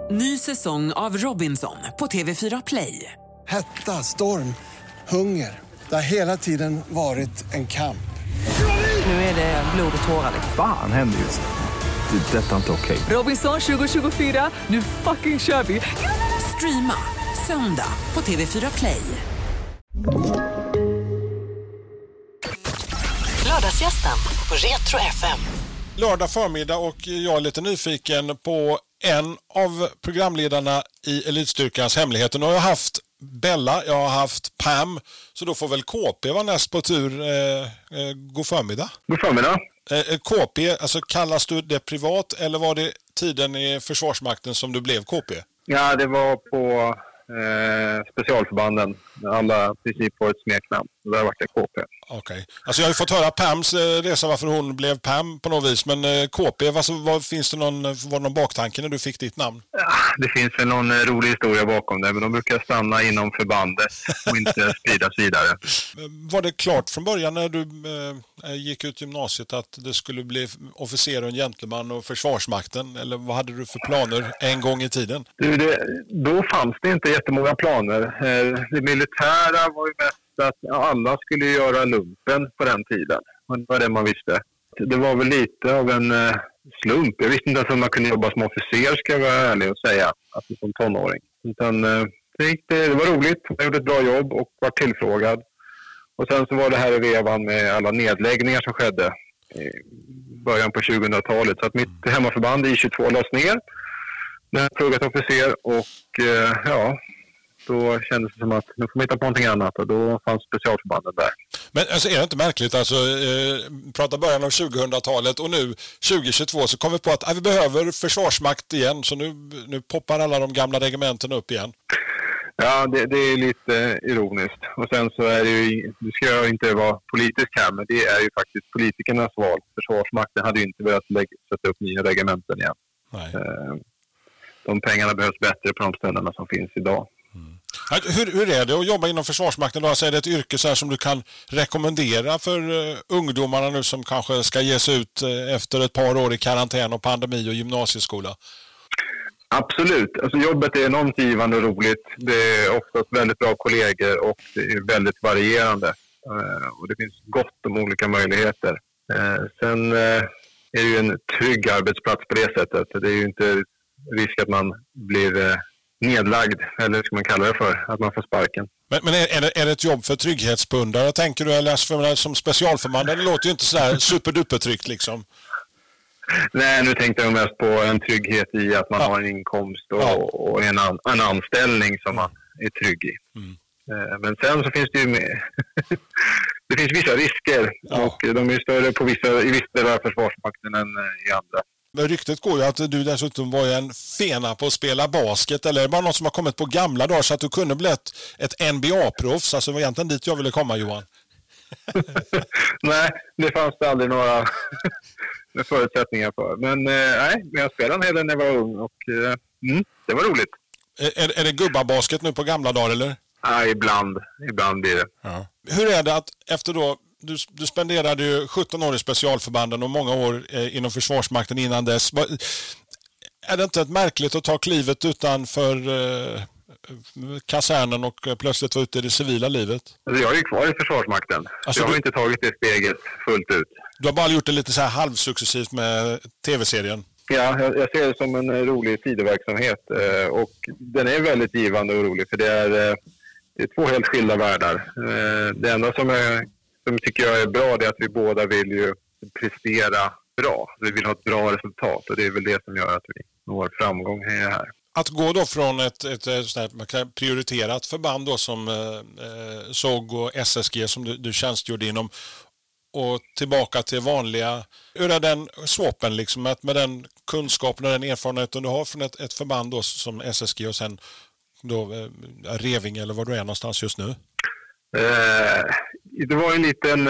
Ny säsong av Robinson på TV4 Play. Hetta, storm, hunger. Det har hela tiden varit en kamp. Nu är det blod och tårar. Fan händer just nu. Det. Detta är inte okej. Robinson 2024, nu fucking kör vi. Streama söndag på TV4 Play. Lördagsgästen på Retro FM. Lördag förmiddag och jag är lite nyfiken på en av programledarna i Elitstyrkans hemligheter. Nu har jag haft Bella, jag har haft Pam, så då får väl KP vara näst på tur. God förmiddag. God förmiddag. KP, alltså kallas du det privat eller var det tiden i Försvarsmakten som du blev KP? Ja, det var på specialförbanden. Alla princip var ett smeknamn. Där var det KP. Okej. Alltså jag har ju fått höra Pams resa varför hon blev Pam på något vis. Men KP, finns det någon baktanke när du fick ditt namn? Ja, det finns väl någon rolig historia bakom det. Men de brukar stanna inom förbandet och inte spridas vidare. Var det klart från början när du gick ut gymnasiet att det skulle bli officer och en gentleman och Försvarsmakten? Eller vad hade du för planer en gång i tiden? Då fanns det inte jättemånga planer. Det militära var ju mest att alla skulle göra lumpen på den tiden. Det var det man visste. Det var väl lite av en slump. Jag visste inte ens om man kunde jobba som officer, ska jag vara ärlig och säga, alltså som tonåring. Utan det var roligt. Jag gjorde ett bra jobb och var tillfrågad. Och sen så var det här i vevan med alla nedläggningar som skedde i början på 2000-talet. Så att mitt hemmaförband I22 lades ner. Jag pluggat officer och då kändes det som att nu får man hitta på någonting annat och då fanns specialförbanden där. Men alltså är det inte märkligt, alltså prata början av 2000-talet och nu 2022 så kommer vi på att vi behöver försvarsmakt igen, så nu poppar alla de gamla regementen upp igen. Ja, det är lite ironiskt. Och sen så är det ju, det ska jag inte vara politisk här, men det är ju faktiskt politikernas val. Försvarsmakten hade ju inte velat sätta upp nya regementen igen. Nej. De pengarna behövs bättre på de ställena som finns idag. Hur är det att jobba inom Försvarsmakten? Alltså är det ett yrke så här som du kan rekommendera för ungdomarna nu som kanske ska ge sig ut efter ett par år i karantän och pandemi och gymnasieskola? Absolut. Alltså jobbet är enormt givande och roligt. Det är oftast väldigt bra kollegor och det är väldigt varierande. Och det finns gott om olika möjligheter. Sen är det ju en trygg arbetsplats på det sättet. Det är ju inte risk att man blir nedlagd, eller ska man kalla det för, att man får sparken. Men är det ett jobb för trygghetspundare, tänker du, eller som specialförband? Det låter ju inte sådär superdupertryggt liksom. Nej, nu tänkte jag mest på en trygghet i att man har en inkomst och en anställning som man är trygg i. Men sen så finns det ju det finns vissa risker och de är större i vissa delar av Försvarsmakten än i andra. Men ryktet går ju att du dessutom var en fena på att spela basket, eller är det bara något som har kommit på gamla dagar så att du kunde bli ett NBA-proffs? Alltså det var egentligen dit jag ville komma, Johan. Nej, det fanns det aldrig några förutsättningar för. Men jag spelade en hel del när jag var ung och det var roligt. Är det gubbabasket nu på gamla dagar, eller? Ja, ibland blir det. Ja. Hur är det att efter då, du spenderade ju 17 år i specialförbanden och många år inom Försvarsmakten innan dess. Är det inte ett märkligt att ta klivet utanför kasernen och plötsligt vara ute i det civila livet? Alltså jag är ju kvar i Försvarsmakten. Alltså jag har inte tagit det steget fullt ut. Du har bara gjort det lite så här halvsuccessivt med tv-serien? Ja, jag ser det som en rolig sidoverksamhet och den är väldigt givande och rolig för det är två helt skilda världar. Det enda som tycker jag är bra är att vi båda vill ju prestera bra. Vi vill ha ett bra resultat och det är väl det som gör att vi når framgång här. Att gå då från ett prioriterat förband då som SOG och SSG som du tjänstgjorde inom och tillbaka till vanliga, hur är den swappen liksom, att med den kunskapen och den erfarenheten du har från ett förband då som SSG och sen då Revinge eller var du är någonstans just nu? Det var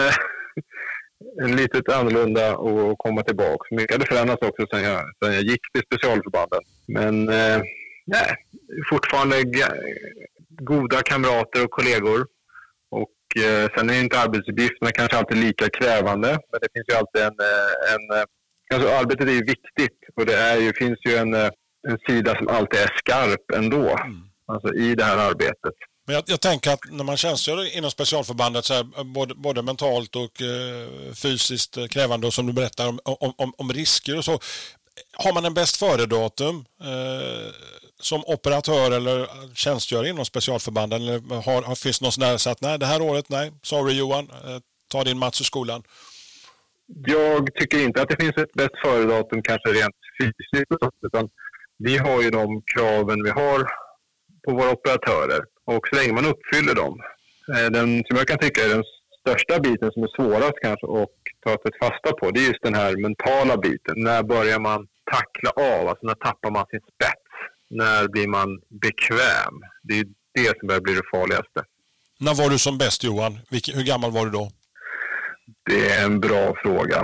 en litet annorlunda att komma tillbaka. Mycket hade förändrats också sen jag gick till specialförbanden. Men fortfarande goda kamrater och kollegor. Och sen är inte arbetsuppgifterna kanske alltid lika krävande. Men det finns ju alltid alltså arbetet är ju viktigt. Och finns ju en sida som alltid är skarp ändå. Alltså i det här arbetet. Men jag tänker att när man tjänstgör inom specialförbandet så här, både mentalt och fysiskt krävande och som du berättar om risker och så. Har man en bäst före-datum som operatör eller tjänstgör inom specialförbanden? Eller finns det någon sån där så att nej, det här året, nej, sorry Johan, ta din match i skolan? Jag tycker inte att det finns ett bäst före-datum kanske rent fysiskt, utan vi har ju de kraven vi har på våra operatörer. Och så länge man uppfyller dem, den som jag kan tycka är den största biten som är svårast kanske att ta ett fasta på, det är just den här mentala biten. När börjar man tackla av? Alltså när tappar man sin spets? När blir man bekväm? Det är det som börjar bli det farligaste. När var du som bäst, Johan? Hur gammal var du då? Det är en bra fråga.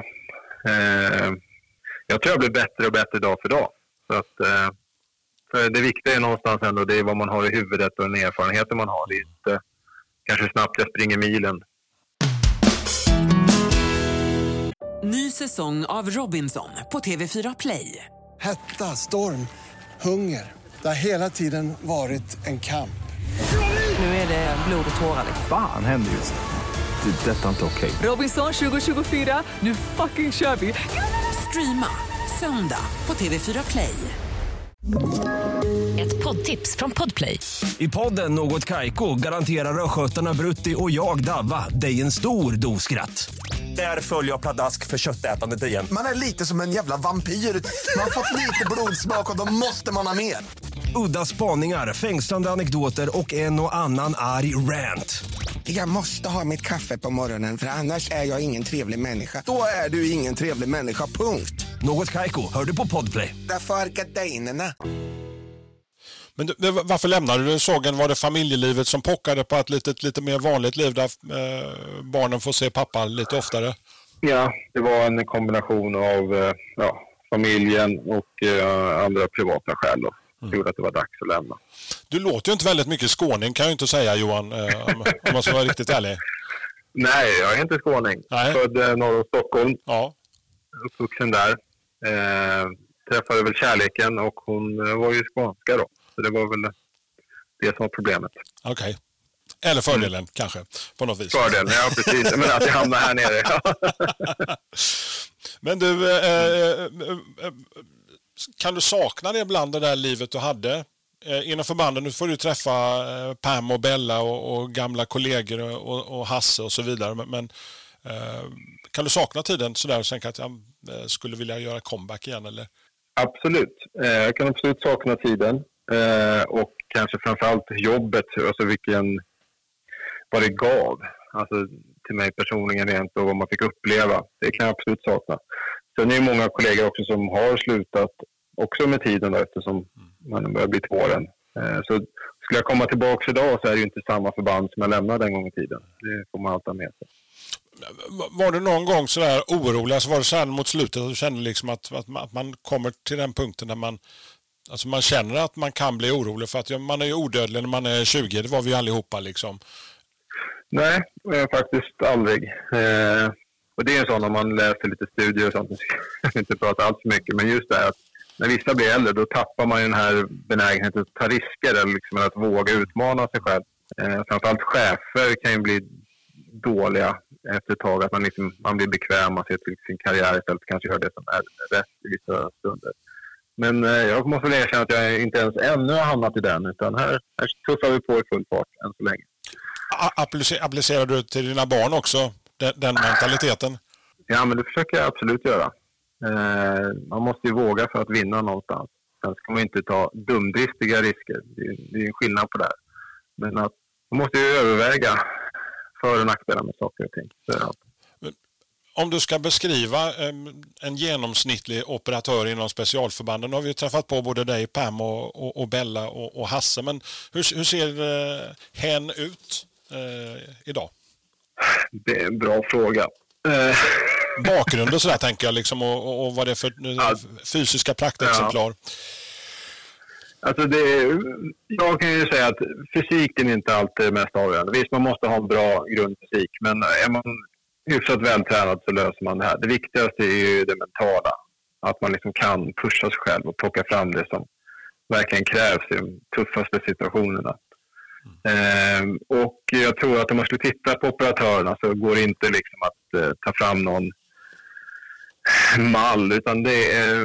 Jag tror jag blir bättre och bättre dag för dag. Så att, för det viktiga är någonstans ändå, det är vad man har i huvudet och den erfarenheten man har. Det är inte kanske snabbt jag springer milen. Ny säsong av Robinson på TV4 Play. Hetta, storm, hunger. Det har hela tiden varit en kamp. Nu är det blod och tårar. Fan händer just det. Det är detta inte okej. Robinson 2024, nu fucking kör vi. Streama söndag på TV4 Play. Ett poddtips från Podplay. I podden Något Kaiko garanterar röskötarna Brutti och jag Davva dig en stor doskratt. Där följer jag pladask för köttätandet igen. Man är lite som en jävla vampyr. Man har fått lite blodsmak och då måste man ha mer. Udda spaningar, fängslande anekdoter och en och annan arg rant. Jag måste ha mitt kaffe på morgonen för annars är jag ingen trevlig människa. Då är du ingen trevlig människa, punkt. Något Kaiko, hör du på Podplay. Därför är gardinerna. Men varför lämnade du sågen? Var det familjelivet som pockade på ett lite mer vanligt liv där barnen får se pappa lite oftare? Ja, det var en kombination av familjen och andra privata skäl som gjorde att det var dags att lämna. Du låter ju inte väldigt mycket skåning, kan jag ju inte säga, Johan, om man ska vara riktigt ärlig. Nej, jag är inte skåning. Född norr om Stockholm. Ja. Uppvuxen där. Träffade väl kärleken och hon var ju skånska då. Så det var väl det som var problemet. Okej. Eller fördelen kanske, på något vis. Fördelen, ja precis. Men att jag hamnar här nere. Men du, kan du sakna det ibland, det där livet du hade inom förbanden? Nu får du träffa Pam och Bella och gamla kollegor och Hasse och så vidare. Men kan du sakna tiden sådär och tänka att jag skulle vilja göra comeback igen? Eller? Absolut. Jag kan absolut sakna tiden. Och kanske framförallt jobbet, alltså vad det gav. Alltså till mig personligen rent och vad man fick uppleva. Det kan jag absolut sakna. Sen är det många kollegor också som har slutat också med tiden då, eftersom man börjar bli till åren. Så skulle jag komma tillbaka idag så är det ju inte samma förband som jag lämnade den gången i tiden. Det får man alltid med sig. Var det någon gång sådär orolig? Alltså var det så här mot slutet att du kände liksom att man kommer till den punkten där man känner att man kan bli orolig för att man är ju odödlig när man är 20, det var vi allihopa liksom. Nej, faktiskt aldrig. Och det är en sån om man läser lite studier och sånt, jag ska inte prata allt för mycket, men just det här att när vissa blir äldre då tappar man ju den här benägenheten att ta risker eller liksom att våga utmana sig själv. Framförallt chefer kan ju bli dåliga efter ett tag, att man blir bekväm, man ser till sin karriär istället för kanske gör det som är rätt i vissa stunder. Men jag måste väl erkänna att jag inte ens ännu har hamnat i den, utan här tuffar vi på i full fart än så länge. Applicerar du till dina barn också den mentaliteten? Ja, men det försöker jag absolut göra. Man måste ju våga för att vinna någonstans. Sen ska man inte ta dumdristiga risker. Det är en skillnad på det här. Men att man måste ju överväga för- och nackdelar med saker och ting. Om du ska beskriva en genomsnittlig operatör inom specialförbanden, har vi träffat på både dig, Pam och Bella och Hasse, men hur ser hen ut idag? Det är en bra fråga. Bakgrund och sådär tänker jag liksom, och vad det är för fysiska praktexemplar. Alltså jag kan ju säga att fysiken är inte alltid det mest avgörande. Visst, man måste ha en bra grundfysik, men är man hyfsat vältränad så löser man det här. Det viktigaste är ju det mentala. Att man liksom kan pusha sig själv och plocka fram det som verkligen krävs i de tuffaste situationerna. Och jag tror att om man skulle titta på operatörerna så går det inte liksom att ta fram någon mall, utan det är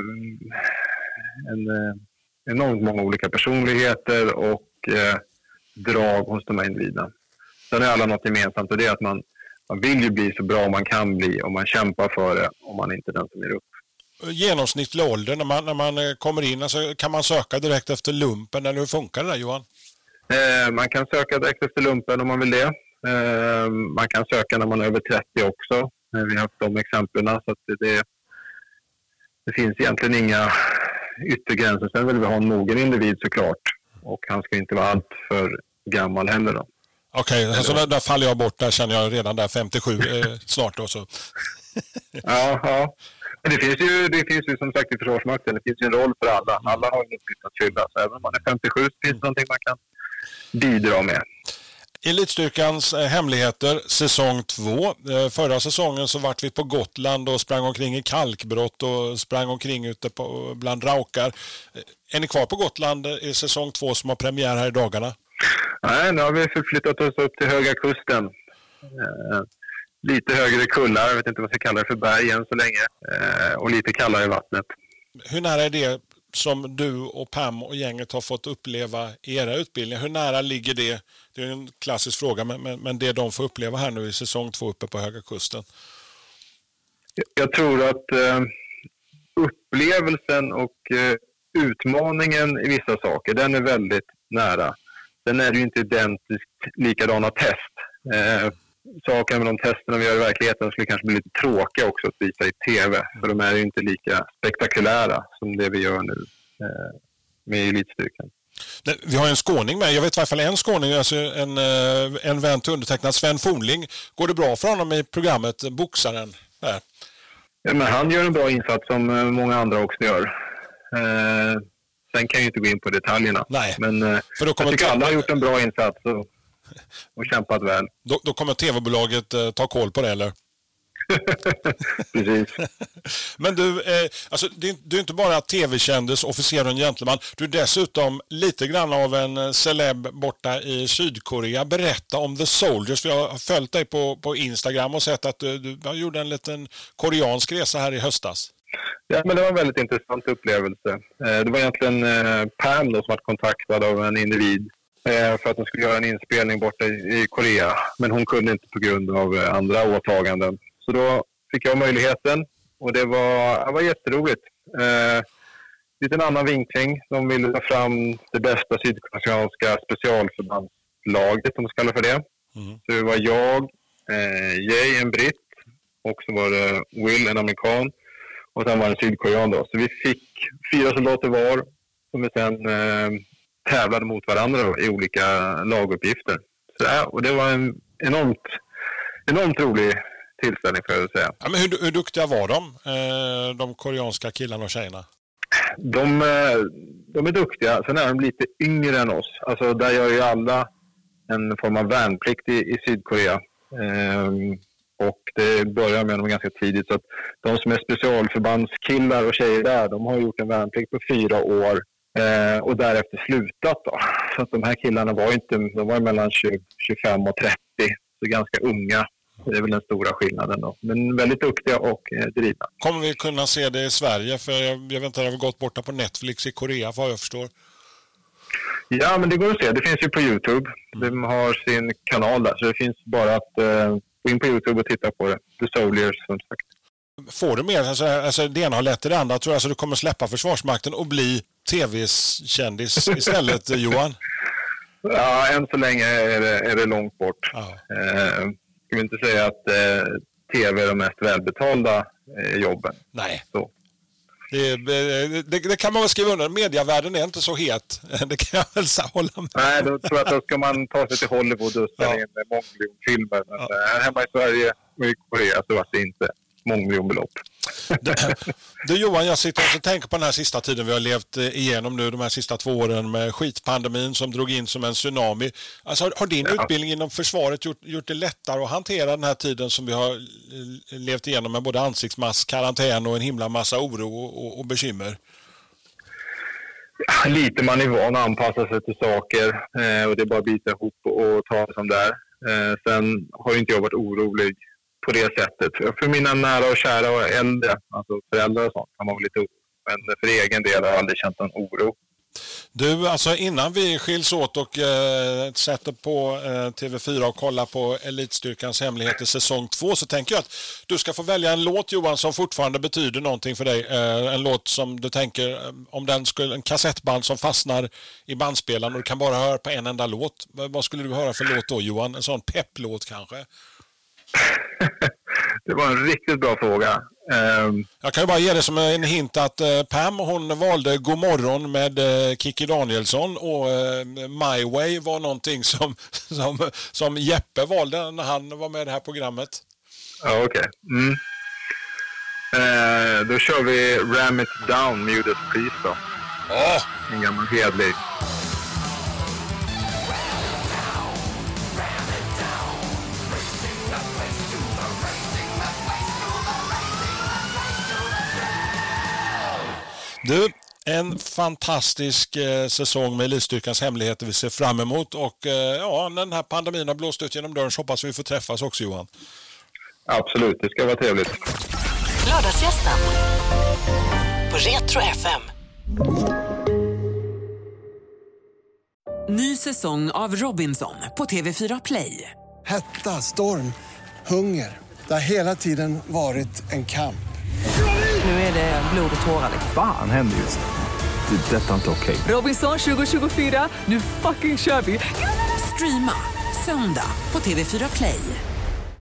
enormt många olika personligheter och drag hos de här individerna. Sen är alla något gemensamt, och det är att man vill ju bli så bra man kan bli om man kämpar för det, om man inte är den som ger upp. Genomsnittlig ålder när man kommer in, alltså, kan man söka direkt efter lumpen, eller hur funkar det där, Johan? Man kan söka direkt efter lumpen om man vill det. Man kan söka när man är över 30 också. Vi har haft de exemplen, så att det finns egentligen inga yttergränser. Sen vill vi ha en mogen individ såklart, och han ska inte vara allt för gammal heller då. Okej, alltså där faller jag bort, där känner jag redan där 57 snart då så. Ja. Men det finns ju som sagt i Försvarsmakten, det finns ju en roll för alla. Alla har en uppgift att fylla, så även om man är 57 så finns det någonting man kan bidra med. Elitstyrkans hemligheter, säsong 2. Förra säsongen så vart vi på Gotland och sprang omkring i kalkbrott och sprang omkring ute bland raukar. Är ni kvar på Gotland i säsong 2 som har premiär här i dagarna? Nej, nu har vi förflyttat oss upp till Höga kusten. Lite högre kullar, jag vet inte vad jag ska kalla det för, berg än så länge. Och lite kallare i vattnet. Hur nära är det som du och Pam och gänget har fått uppleva i era utbildningar? Hur nära ligger det? Det är en klassisk fråga, men det de får uppleva här nu i säsong 2 uppe på Höga kusten. Jag tror att upplevelsen och utmaningen i vissa saker, den är väldigt nära. Sen är det ju inte identiskt likadana test. Saker med de testerna vi gör i verkligheten skulle kanske bli lite tråkiga också att visa i tv. För de är ju inte lika spektakulära som det vi gör nu med elitstyrkan. Vi har en skåning med. Jag vet i alla fall en skåning, alltså en vän till undertecknad, Sven Fornling. Går det bra för honom i programmet Boxaren? Där? Ja, men han gör en bra insats som många andra också gör. Sen kan jag inte gå in på detaljerna. Nej, men för då kommer jag tycker alla har gjort en bra insats och kämpat väl. Då kommer tv-bolaget ta koll på det, eller? Precis. Men du, alltså, du är inte bara tv-kändis, officer och en gentleman. Du är dessutom lite grann av en celeb borta i Sydkorea. Berätta om The Soldiers. Jag har följt dig på Instagram och sett att du gjorde en liten koreansk resa här i höstas. Ja, men det var en väldigt intressant upplevelse. Det var egentligen Pam då som var kontaktad av en individ för att de skulle göra en inspelning borta i Korea. Men hon kunde inte på grund av andra åtaganden. Så då fick jag möjligheten, och det var jätteroligt. Lite en annan vinkling. De ville ta fram det bästa sydkoreanska specialförbandslaget, om man ska kalla för det. Så det var jag, Jay, en britt, och så var det Will, en amerikan. Och sen var det en sydkorean då. Så vi fick 4 soldater var som vi sen tävlade mot varandra då, i olika laguppgifter. Så, och det var en enormt rolig tillställning, för att säga. Ja, men hur duktiga var de koreanska killarna och tjejerna? De är duktiga. Sen är de lite yngre än oss. Alltså, där gör ju alla en form av värnplikt i Sydkorea. Och det börjar med dem ganska tidigt. Så att de som är specialförbandskillar och tjejer där, de har gjort en värnplikt på 4 år. Och därefter slutat då. Så att de här killarna var mellan 25 och 30. Så ganska unga. Det är väl den stora skillnaden då. Men väldigt duktiga och drivna. Kommer vi kunna se det i Sverige? För jag vet inte, det har gått borta på Netflix i Korea, vad jag förstår. Ja, men det går att se. Det finns ju på YouTube. De har sin kanal där. Så det finns bara att gå in på YouTube och titta på det. The Soldiers, som sagt. Får du mer? Alltså, det ena har lett till det andra. Tror jag, alltså, du kommer släppa Försvarsmakten och bli tv-kändis istället, Johan? Ja, än så länge är det långt bort. Ja. Jag vill inte säga att tv är de mest välbetalda jobben. Nej. Så. Det kan man väl skriva under. Mediavärlden är inte så het. Det kan jag väl hålla med. Nej, då tror jag att då ska man ta sig till Hollywood och spela in mångmiljonfilmer. Men här hemma i Sverige och i Korea så var det inte mångmiljonbelopp. Du Johan, jag sitter och tänker på den här sista tiden vi har levt igenom nu, de här sista 2 åren med skitpandemin som drog in som en tsunami. Alltså, har din utbildning inom försvaret gjort det lättare att hantera den här tiden som vi har levt igenom med både ansiktsmask, karantän och en himla massa oro och bekymmer? lite man är van att anpassa sig till saker och det är bara att bita ihop och ta det som det är. Sen har inte jag varit orolig på det sättet. För mina nära och kära och äldre, alltså föräldrar och sånt, har man lite oro. Men för egen del har jag aldrig känt någon oro. Du, alltså innan vi skiljs åt och sätter på TV4 och kollar på Elitstyrkans hemligheter säsong 2, så tänker jag att du ska få välja en låt, Johan, som fortfarande betyder någonting för dig. En låt som du tänker, om den skulle, en kassettband som fastnar i bandspelaren och du kan bara höra på en enda låt. Vad skulle du höra för låt då, Johan? En sån pepplåt kanske? Det var en riktigt bra fråga. Jag kan ju bara ge det som en hint att Pam, hon valde God morgon med Kikki Danielsson, och My Way var någonting som Jeppe valde när han var med i det här programmet. Ja, okej. Då kör vi Ram It Down med Judas Priest då. En gammal hedlig. Du, en fantastisk säsong med Elitstyrkans hemligheter vi ser fram emot, och när den här pandemin har blåst ut genom dörren så hoppas vi får träffas också, Johan. Absolut, det ska vara trevligt. Lördagsgästen på Retro FM. Ny säsong av Robinson på TV4 Play. Hetta, storm, hunger. Det har hela tiden varit en kamp. Nu är det blod och tårar. Fan händer just det. Det är detta inte okej. Robinson 2024, nu fucking kör vi. Streama söndag på TV4 Play.